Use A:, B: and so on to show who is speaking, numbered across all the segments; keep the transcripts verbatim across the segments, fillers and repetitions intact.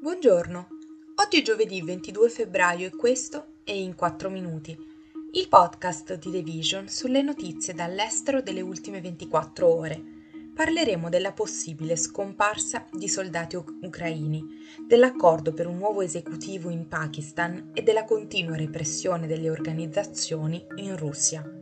A: Buongiorno, oggi è giovedì ventidue febbraio e questo è In quattro minuti, il podcast di The Vision sulle notizie dall'estero delle ultime ventiquattro ore. Parleremo della possibile scomparsa di soldati u- ucraini, dell'accordo per un nuovo esecutivo in Pakistan e della continua repressione delle organizzazioni in Russia.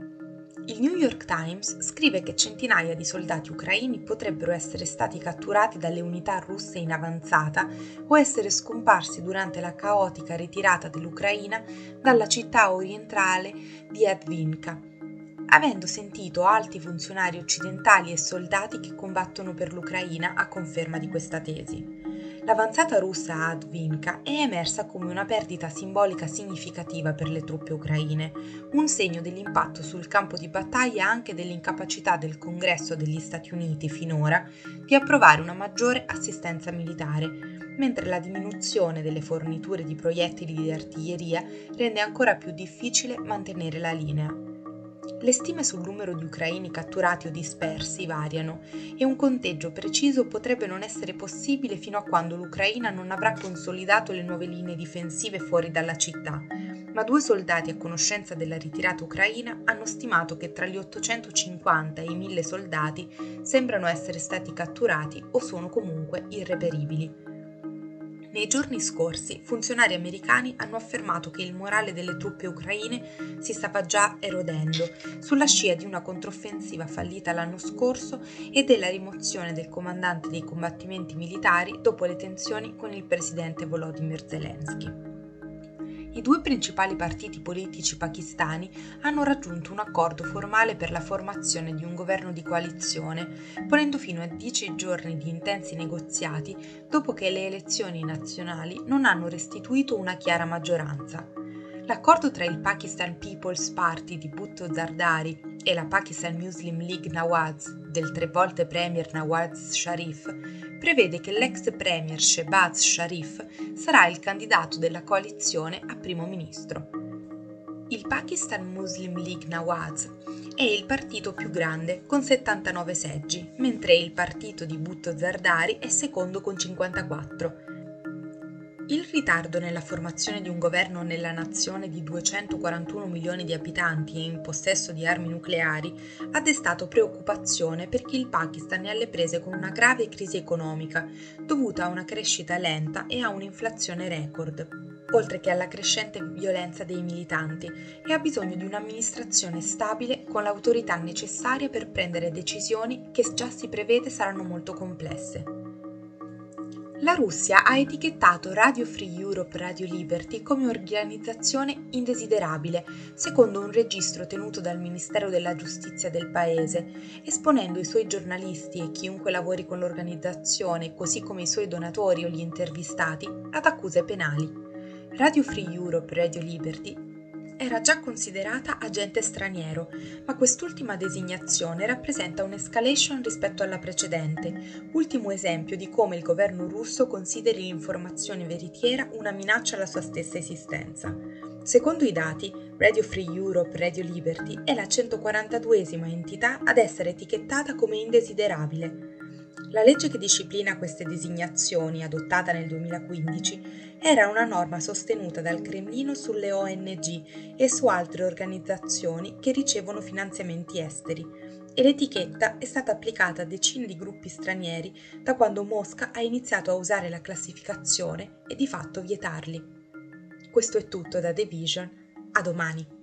A: Il New York Times scrive che centinaia di soldati ucraini potrebbero essere stati catturati dalle unità russe in avanzata o essere scomparsi durante la caotica ritirata dell'Ucraina dalla città orientale di Avdiivka, avendo sentito alti funzionari occidentali e soldati che combattono per l'Ucraina a conferma di questa tesi. L'avanzata russa a Avdiivka è emersa come una perdita simbolica significativa per le truppe ucraine, un segno dell'impatto sul campo di battaglia anche dell'incapacità del Congresso degli Stati Uniti finora di approvare una maggiore assistenza militare, mentre la diminuzione delle forniture di proiettili di artiglieria rende ancora più difficile mantenere la linea. Le stime sul numero di ucraini catturati o dispersi variano e un conteggio preciso potrebbe non essere possibile fino a quando l'Ucraina non avrà consolidato le nuove linee difensive fuori dalla città, ma due soldati a conoscenza della ritirata ucraina hanno stimato che tra gli ottocentocinquanta e i mille soldati sembrano essere stati catturati o sono comunque irreperibili. Nei giorni scorsi, funzionari americani hanno affermato che il morale delle truppe ucraine si stava già erodendo, sulla scia di una controffensiva fallita l'anno scorso e della rimozione del comandante dei combattimenti militari dopo le tensioni con il presidente Volodymyr Zelensky. I due principali partiti politici pakistani hanno raggiunto un accordo formale per la formazione di un governo di coalizione, ponendo fino a dieci giorni di intensi negoziati dopo che le elezioni nazionali non hanno restituito una chiara maggioranza. L'accordo tra il Pakistan People's Party di Bhutto Zardari e la Pakistan Muslim League Nawaz del tre volte premier Nawaz Sharif prevede che l'ex premier Shehbaz Sharif sarà il candidato della coalizione a primo ministro. Il Pakistan Muslim League Nawaz è il partito più grande con settantanove seggi, mentre il partito di Bhutto Zardari è secondo con cinquantaquattro. Il ritardo nella formazione di un governo nella nazione di duecentoquarantuno milioni di abitanti e in possesso di armi nucleari ha destato preoccupazione perché il Pakistan è alle prese con una grave crisi economica dovuta a una crescita lenta e a un'inflazione record, oltre che alla crescente violenza dei militanti, e ha bisogno di un'amministrazione stabile con l'autorità necessaria per prendere decisioni che già si prevede saranno molto complesse. La Russia ha etichettato Radio Free Europe Radio Liberty come organizzazione indesiderabile, secondo un registro tenuto dal Ministero della Giustizia del paese, esponendo i suoi giornalisti e chiunque lavori con l'organizzazione, così come i suoi donatori o gli intervistati, ad accuse penali. Radio Free Europe Radio Liberty era già considerata agente straniero, ma quest'ultima designazione rappresenta un'escalation rispetto alla precedente, ultimo esempio di come il governo russo consideri l'informazione veritiera una minaccia alla sua stessa esistenza. Secondo i dati, Radio Free Europe Radio Liberty è la centoquarantaduesima entità ad essere etichettata come indesiderabile. La legge che disciplina queste designazioni, adottata nel duemilaquindici, era una norma sostenuta dal Cremlino sulle O N G e su altre organizzazioni che ricevono finanziamenti esteri, e l'etichetta è stata applicata a decine di gruppi stranieri da quando Mosca ha iniziato a usare la classificazione e di fatto vietarli. Questo è tutto da The Vision, a domani.